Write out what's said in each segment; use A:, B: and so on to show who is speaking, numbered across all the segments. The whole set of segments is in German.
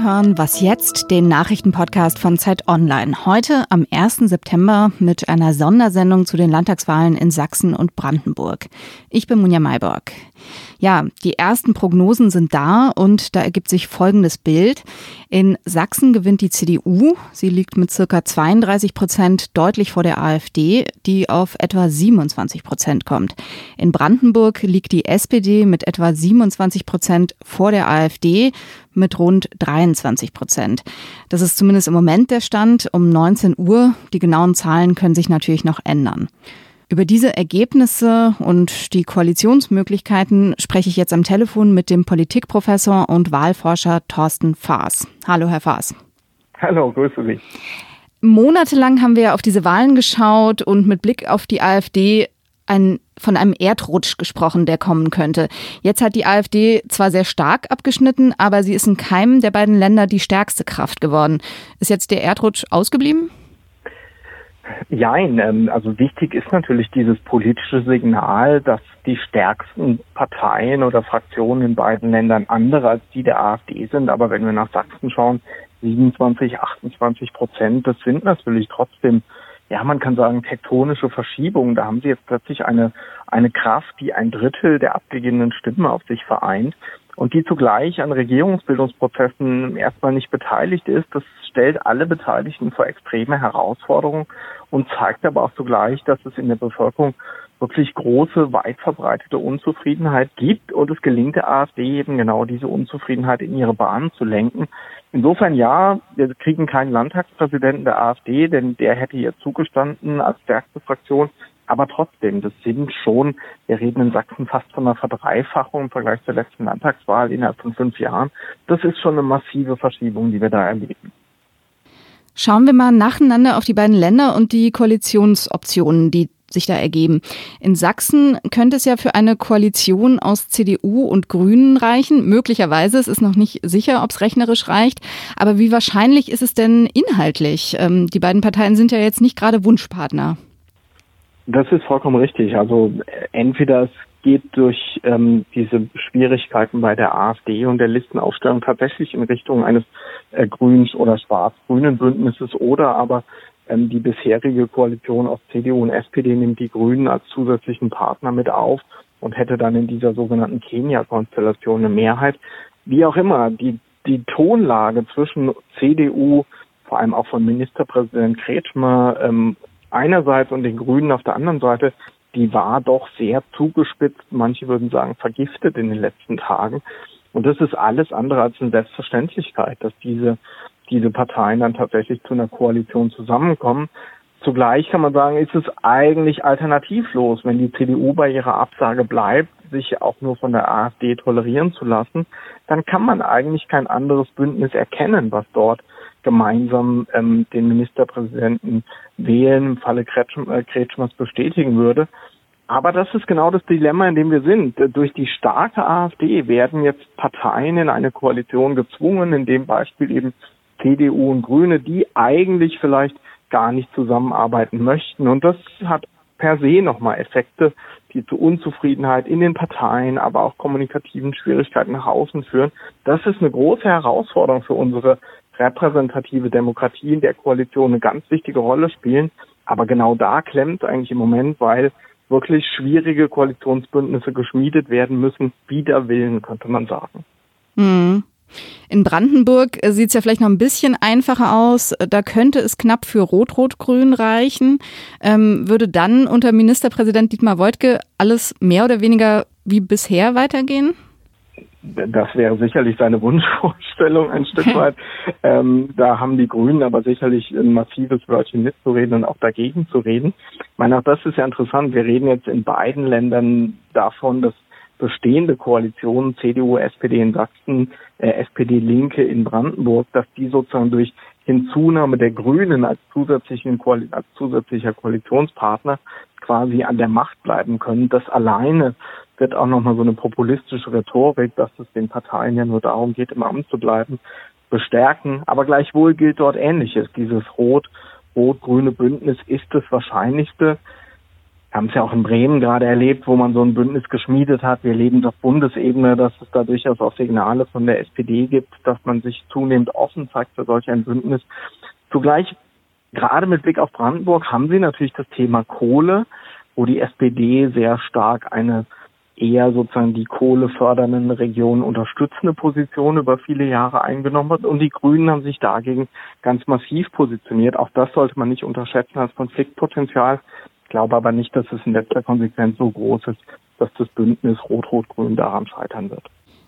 A: Sie hören Was jetzt?, den Nachrichtenpodcast von Zeit Online. Heute am 1. September mit einer Sondersendung zu den Landtagswahlen in Sachsen und Brandenburg. Ich bin Munja Mayborg. Ja, die ersten Prognosen sind da und da ergibt sich folgendes Bild. In Sachsen gewinnt die CDU. Sie liegt mit ca. 32% deutlich vor der AfD, die auf etwa 27% kommt. In Brandenburg liegt die SPD mit etwa 27% vor der AfD mit rund 23%. Das ist zumindest im Moment der Stand um 19 Uhr. Die genauen Zahlen können sich natürlich noch ändern. Über diese Ergebnisse und die Koalitionsmöglichkeiten spreche ich jetzt am Telefon mit dem Politikprofessor und Wahlforscher Thorsten Faas. Hallo, Herr Faas.
B: Hallo, grüße Sie.
A: Monatelang haben wir auf diese Wahlen geschaut und mit Blick auf die AfD von einem Erdrutsch gesprochen, der kommen könnte. Jetzt hat die AfD zwar sehr stark abgeschnitten, aber sie ist in keinem der beiden Länder die stärkste Kraft geworden. Ist jetzt der Erdrutsch ausgeblieben?
B: Jein, also wichtig ist natürlich dieses politische Signal, dass die stärksten Parteien oder Fraktionen in beiden Ländern andere als die der AfD sind. Aber wenn wir nach Sachsen schauen, 27-28%, das sind natürlich trotzdem, ja, man kann sagen, tektonische Verschiebungen. Da haben sie jetzt plötzlich eine Kraft, die ein Drittel der abgegebenen Stimmen auf sich vereint und die zugleich an Regierungsbildungsprozessen erstmal nicht beteiligt ist. Das stellt alle Beteiligten vor extreme Herausforderungen und zeigt aber auch zugleich, dass es in der Bevölkerung wirklich große, weit verbreitete Unzufriedenheit gibt und es gelingt der AfD eben genau diese Unzufriedenheit in ihre Bahnen zu lenken. Insofern ja, wir kriegen keinen Landtagspräsidenten der AfD, denn der hätte ihr zugestanden als stärkste Fraktion. Aber trotzdem, das sind schon, wir reden in Sachsen fast von einer Verdreifachung im Vergleich zur letzten Landtagswahl innerhalb von 5 Jahren. Das ist schon eine massive Verschiebung, die wir da erleben.
A: Schauen wir mal nacheinander auf die beiden Länder und die Koalitionsoptionen, die sich da ergeben. In Sachsen könnte es ja für eine Koalition aus CDU und Grünen reichen. Möglicherweise, es ist noch nicht sicher, ob es rechnerisch reicht. Aber wie wahrscheinlich ist es denn inhaltlich? Die beiden Parteien sind ja jetzt nicht gerade Wunschpartner.
B: Das ist vollkommen richtig. Also entweder es geht durch diese Schwierigkeiten bei der AfD und der Listenaufstellung tatsächlich in Richtung eines grünen oder schwarz-grünen Bündnisses oder aber die bisherige Koalition aus CDU und SPD nimmt die Grünen als zusätzlichen Partner mit auf und hätte dann in dieser sogenannten Kenia-Konstellation eine Mehrheit. Wie auch immer, die Tonlage zwischen CDU, vor allem auch von Ministerpräsident Kretschmer einerseits und den Grünen auf der anderen Seite, die war doch sehr zugespitzt, manche würden sagen vergiftet in den letzten Tagen. Und das ist alles andere als eine Selbstverständlichkeit, dass diese Parteien dann tatsächlich zu einer Koalition zusammenkommen. Zugleich kann man sagen, ist es eigentlich alternativlos, wenn die CDU bei ihrer Absage bleibt, sich auch nur von der AfD tolerieren zu lassen, dann kann man eigentlich kein anderes Bündnis erkennen, was dort gemeinsam den Ministerpräsidenten wählen, im Falle Kretschmers bestätigen würde. Aber das ist genau das Dilemma, in dem wir sind. Durch die starke AfD werden jetzt Parteien in eine Koalition gezwungen, in dem Beispiel eben CDU und Grüne, die eigentlich vielleicht gar nicht zusammenarbeiten möchten. Und das hat per se nochmal Effekte, die zu Unzufriedenheit in den Parteien, aber auch kommunikativen Schwierigkeiten nach außen führen. Das ist eine große Herausforderung für unsere repräsentative Demokratie, in der Koalition eine ganz wichtige Rolle spielen. Aber genau da klemmt eigentlich im Moment, weil wirklich schwierige Koalitionsbündnisse geschmiedet werden müssen, wider Willen, könnte man sagen.
A: Mhm. In Brandenburg sieht es ja vielleicht noch ein bisschen einfacher aus. Da könnte es knapp für Rot-Rot-Grün reichen. Würde dann unter Ministerpräsident Dietmar Woidke alles mehr oder weniger wie bisher weitergehen?
B: Das wäre sicherlich seine Wunschvorstellung ein Stück weit. Da haben die Grünen aber sicherlich ein massives Wörtchen mitzureden und auch dagegen zu reden. Ich meine, auch das ist ja interessant. Wir reden jetzt in beiden Ländern davon, dass bestehende Koalitionen, CDU, SPD in Sachsen, SPD-Linke in Brandenburg, dass die sozusagen durch Hinzunahme der Grünen als zusätzlicher Koalitionspartner quasi an der Macht bleiben können. Das alleine wird auch nochmal so eine populistische Rhetorik, dass es den Parteien ja nur darum geht, im Amt zu bleiben, bestärken. Aber gleichwohl gilt dort Ähnliches. Dieses rot-grüne Bündnis ist das Wahrscheinlichste. haben es ja auch in Bremen gerade erlebt, wo man so ein Bündnis geschmiedet hat. Wir erleben auf Bundesebene, dass es da durchaus auch Signale von der SPD gibt, dass man sich zunehmend offen zeigt für solch ein Bündnis. Zugleich, gerade mit Blick auf Brandenburg, haben Sie natürlich das Thema Kohle, wo die SPD sehr stark eine eher sozusagen die kohlefördernden Regionen unterstützende Position über viele Jahre eingenommen hat. Und die Grünen haben sich dagegen ganz massiv positioniert. Auch das sollte man nicht unterschätzen als Konfliktpotenzial. Ich glaube aber nicht, dass es in letzter Konsequenz so groß ist, dass das Bündnis Rot-Rot-Grün daran scheitern wird.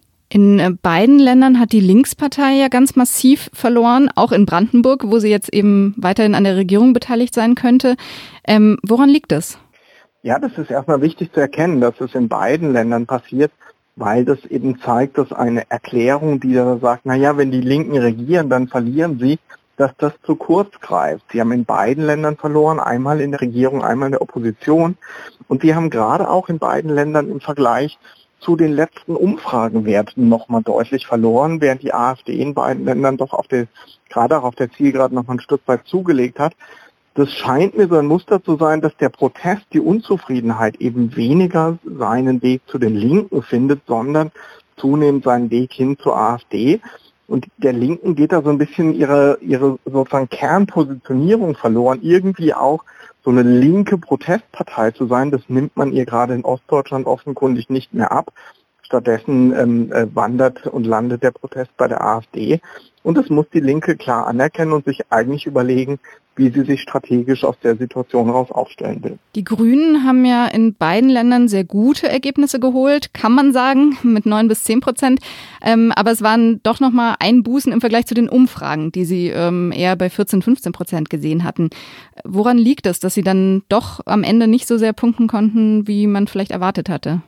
A: In beiden Ländern hat die Linkspartei ja ganz massiv verloren, auch in Brandenburg, wo sie jetzt eben weiterhin an der Regierung beteiligt sein könnte. Woran liegt es?
B: Ja, das ist erstmal wichtig zu erkennen, dass es in beiden Ländern passiert, weil das eben zeigt, dass eine Erklärung, die da sagt, naja, wenn die Linken regieren, dann verlieren sie, dass das zu kurz greift. Sie haben in beiden Ländern verloren, einmal in der Regierung, einmal in der Opposition. Und sie haben gerade auch in beiden Ländern im Vergleich zu den letzten Umfragenwerten nochmal deutlich verloren, während die AfD in beiden Ländern doch gerade auch auf der Zielgerade nochmal ein Stück weit zugelegt hat. Das scheint mir so ein Muster zu sein, dass der Protest, die Unzufriedenheit eben weniger seinen Weg zu den Linken findet, sondern zunehmend seinen Weg hin zur AfD. Und der Linken geht da so ein bisschen ihre sozusagen Kernpositionierung verloren, irgendwie auch so eine linke Protestpartei zu sein. Das nimmt man ihr gerade in Ostdeutschland offenkundig nicht mehr ab. Stattdessen wandert und landet der Protest bei der AfD. Und das muss die Linke klar anerkennen und sich eigentlich überlegen, wie sie sich strategisch aus der Situation heraus aufstellen will.
A: Die Grünen haben ja in beiden Ländern sehr gute Ergebnisse geholt, kann man sagen, mit 9-10%. Aber es waren doch nochmal Einbußen im Vergleich zu den Umfragen, die sie eher bei 14-15% gesehen hatten. Woran liegt es, dass sie dann doch am Ende nicht so sehr punkten konnten, wie man vielleicht erwartet hatte?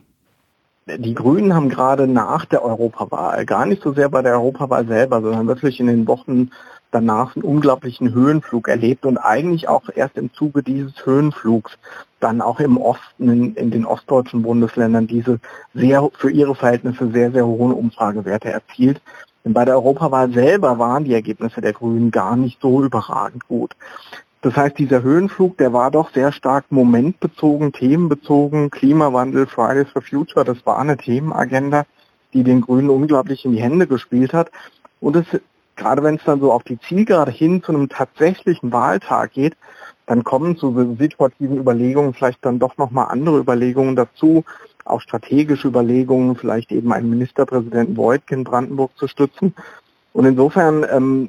B: Die Grünen haben gerade nach der Europawahl, gar nicht so sehr bei der Europawahl selber, sondern wirklich in den Wochen danach einen unglaublichen Höhenflug erlebt und eigentlich auch erst im Zuge dieses Höhenflugs dann auch im Osten, in den ostdeutschen Bundesländern diese für ihre Verhältnisse sehr, sehr hohen Umfragewerte erzielt. Denn bei der Europawahl selber waren die Ergebnisse der Grünen gar nicht so überragend gut. Das heißt, dieser Höhenflug, der war doch sehr stark momentbezogen, themenbezogen, Klimawandel, Fridays for Future, das war eine Themenagenda, die den Grünen unglaublich in die Hände gespielt hat. Und es, gerade wenn es dann so auf die Zielgerade hin zu einem tatsächlichen Wahltag geht, dann kommen zu situativen Überlegungen vielleicht dann doch nochmal andere Überlegungen dazu, auch strategische Überlegungen, vielleicht eben einen Ministerpräsidenten Woidke in Brandenburg zu stützen. Und insofern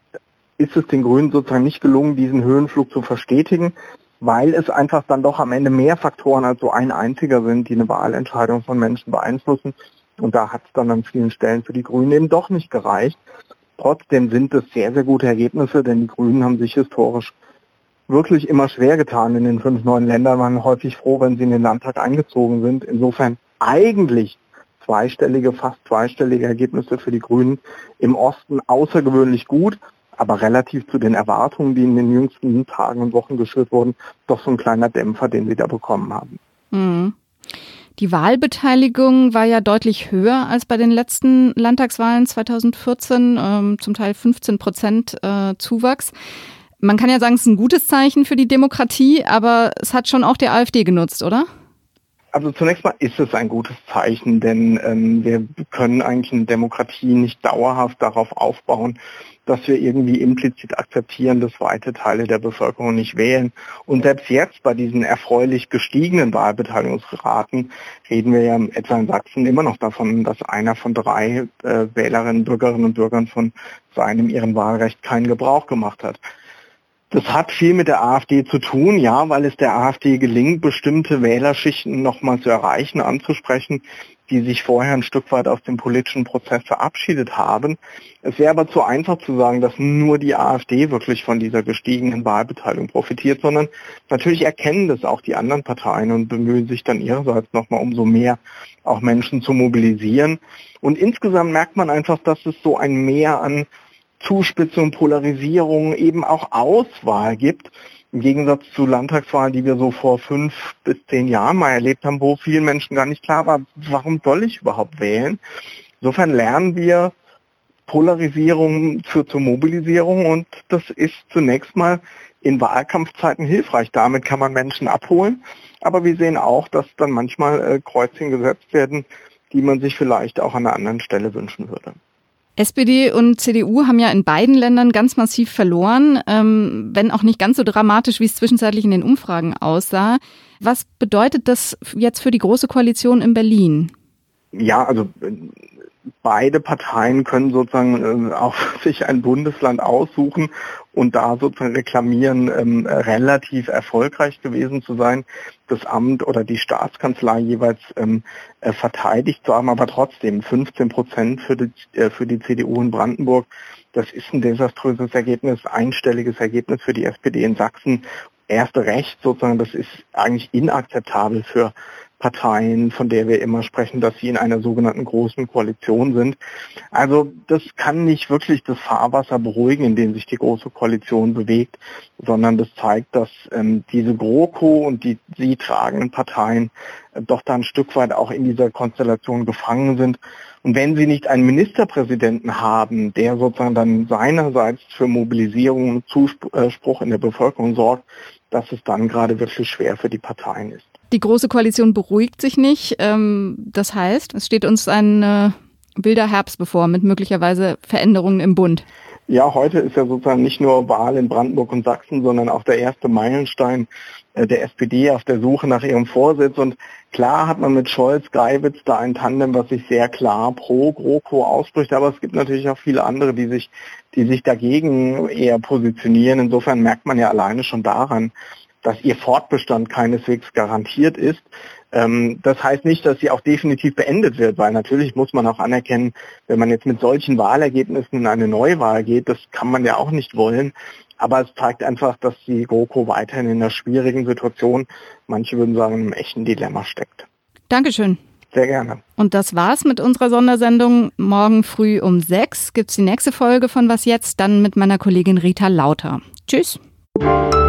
B: ist es den Grünen sozusagen nicht gelungen, diesen Höhenflug zu verstetigen, weil es einfach dann doch am Ende mehr Faktoren als so ein einziger sind, die eine Wahlentscheidung von Menschen beeinflussen. Und da hat es dann an vielen Stellen für die Grünen eben doch nicht gereicht. Trotzdem sind es sehr, sehr gute Ergebnisse, denn die Grünen haben sich historisch wirklich immer schwer getan in den 5 neuen Ländern, waren häufig froh, wenn sie in den Landtag eingezogen sind. Insofern eigentlich fast zweistellige Ergebnisse für die Grünen im Osten außergewöhnlich gut. Aber relativ zu den Erwartungen, die in den jüngsten Tagen und Wochen geschürt wurden, doch so ein kleiner Dämpfer, den sie da bekommen haben.
A: Mhm. Die Wahlbeteiligung war ja deutlich höher als bei den letzten Landtagswahlen 2014, zum Teil 15% Zuwachs. Man kann ja sagen, es ist ein gutes Zeichen für die Demokratie, aber es hat schon auch der AfD genutzt, oder?
B: Also zunächst mal ist es ein gutes Zeichen, denn wir können eigentlich eine Demokratie nicht dauerhaft darauf aufbauen, dass wir irgendwie implizit akzeptieren, dass weite Teile der Bevölkerung nicht wählen. Und selbst jetzt bei diesen erfreulich gestiegenen Wahlbeteiligungsraten reden wir ja etwa in Sachsen immer noch davon, dass einer von 3 Bürgerinnen und Bürgern von ihrem Wahlrecht keinen Gebrauch gemacht hat. Das hat viel mit der AfD zu tun, ja, weil es der AfD gelingt, bestimmte Wählerschichten nochmal zu erreichen, anzusprechen, die sich vorher ein Stück weit aus dem politischen Prozess verabschiedet haben. Es wäre aber zu einfach zu sagen, dass nur die AfD wirklich von dieser gestiegenen Wahlbeteiligung profitiert, sondern natürlich erkennen das auch die anderen Parteien und bemühen sich dann ihrerseits nochmal umso mehr, auch Menschen zu mobilisieren. Und insgesamt merkt man einfach, dass es so ein Mehr an Zuspitzung, Polarisierung, eben auch Auswahl gibt. Im Gegensatz zu Landtagswahlen, die wir so vor 5 bis 10 Jahren mal erlebt haben, wo vielen Menschen gar nicht klar war, warum soll ich überhaupt wählen? Insofern lernen wir, Polarisierung führt zur Mobilisierung und das ist zunächst mal in Wahlkampfzeiten hilfreich. Damit kann man Menschen abholen. Aber wir sehen auch, dass dann manchmal Kreuzchen gesetzt werden, die man sich vielleicht auch an einer anderen Stelle wünschen würde.
A: SPD und CDU haben ja in beiden Ländern ganz massiv verloren, wenn auch nicht ganz so dramatisch, wie es zwischenzeitlich in den Umfragen aussah. Was bedeutet das jetzt für die Große Koalition in Berlin?
B: Ja, also beide Parteien können sozusagen auch sich ein Bundesland aussuchen und da sozusagen reklamieren, relativ erfolgreich gewesen zu sein, das Amt oder die Staatskanzlei jeweils verteidigt zu haben, aber trotzdem 15% für die CDU in Brandenburg. Das ist ein desaströses Ergebnis, einstelliges Ergebnis für die SPD in Sachsen. Erst recht sozusagen, das ist eigentlich inakzeptabel für Parteien, von der wir immer sprechen, dass sie in einer sogenannten großen Koalition sind. Also das kann nicht wirklich das Fahrwasser beruhigen, in dem sich die Große Koalition bewegt, sondern das zeigt, dass diese GroKo und die sie tragenden Parteien doch da ein Stück weit auch in dieser Konstellation gefangen sind. Und wenn sie nicht einen Ministerpräsidenten haben, der sozusagen dann seinerseits für Mobilisierung und Zuspruch in der Bevölkerung sorgt, dass es dann gerade wirklich schwer für die Parteien ist.
A: Die Große Koalition beruhigt sich nicht. Das heißt, es steht uns ein wilder Herbst bevor mit möglicherweise Veränderungen im Bund.
B: Ja, heute ist ja sozusagen nicht nur Wahl in Brandenburg und Sachsen, sondern auch der erste Meilenstein der SPD auf der Suche nach ihrem Vorsitz. Und klar hat man mit Scholz-Geiwitz da ein Tandem, was sich sehr klar pro GroKo ausspricht. Aber es gibt natürlich auch viele andere, die sich dagegen eher positionieren. Insofern merkt man ja alleine schon daran, dass ihr Fortbestand keineswegs garantiert ist. Das heißt nicht, dass sie auch definitiv beendet wird, weil natürlich muss man auch anerkennen, wenn man jetzt mit solchen Wahlergebnissen in eine Neuwahl geht, das kann man ja auch nicht wollen. Aber es zeigt einfach, dass die GroKo weiterhin in einer schwierigen Situation, manche würden sagen, in einem echten Dilemma steckt.
A: Dankeschön.
B: Sehr gerne.
A: Und das war's mit unserer Sondersendung. Morgen früh um 6 gibt's die nächste Folge von Was jetzt, dann mit meiner Kollegin Rita Lauter. Tschüss.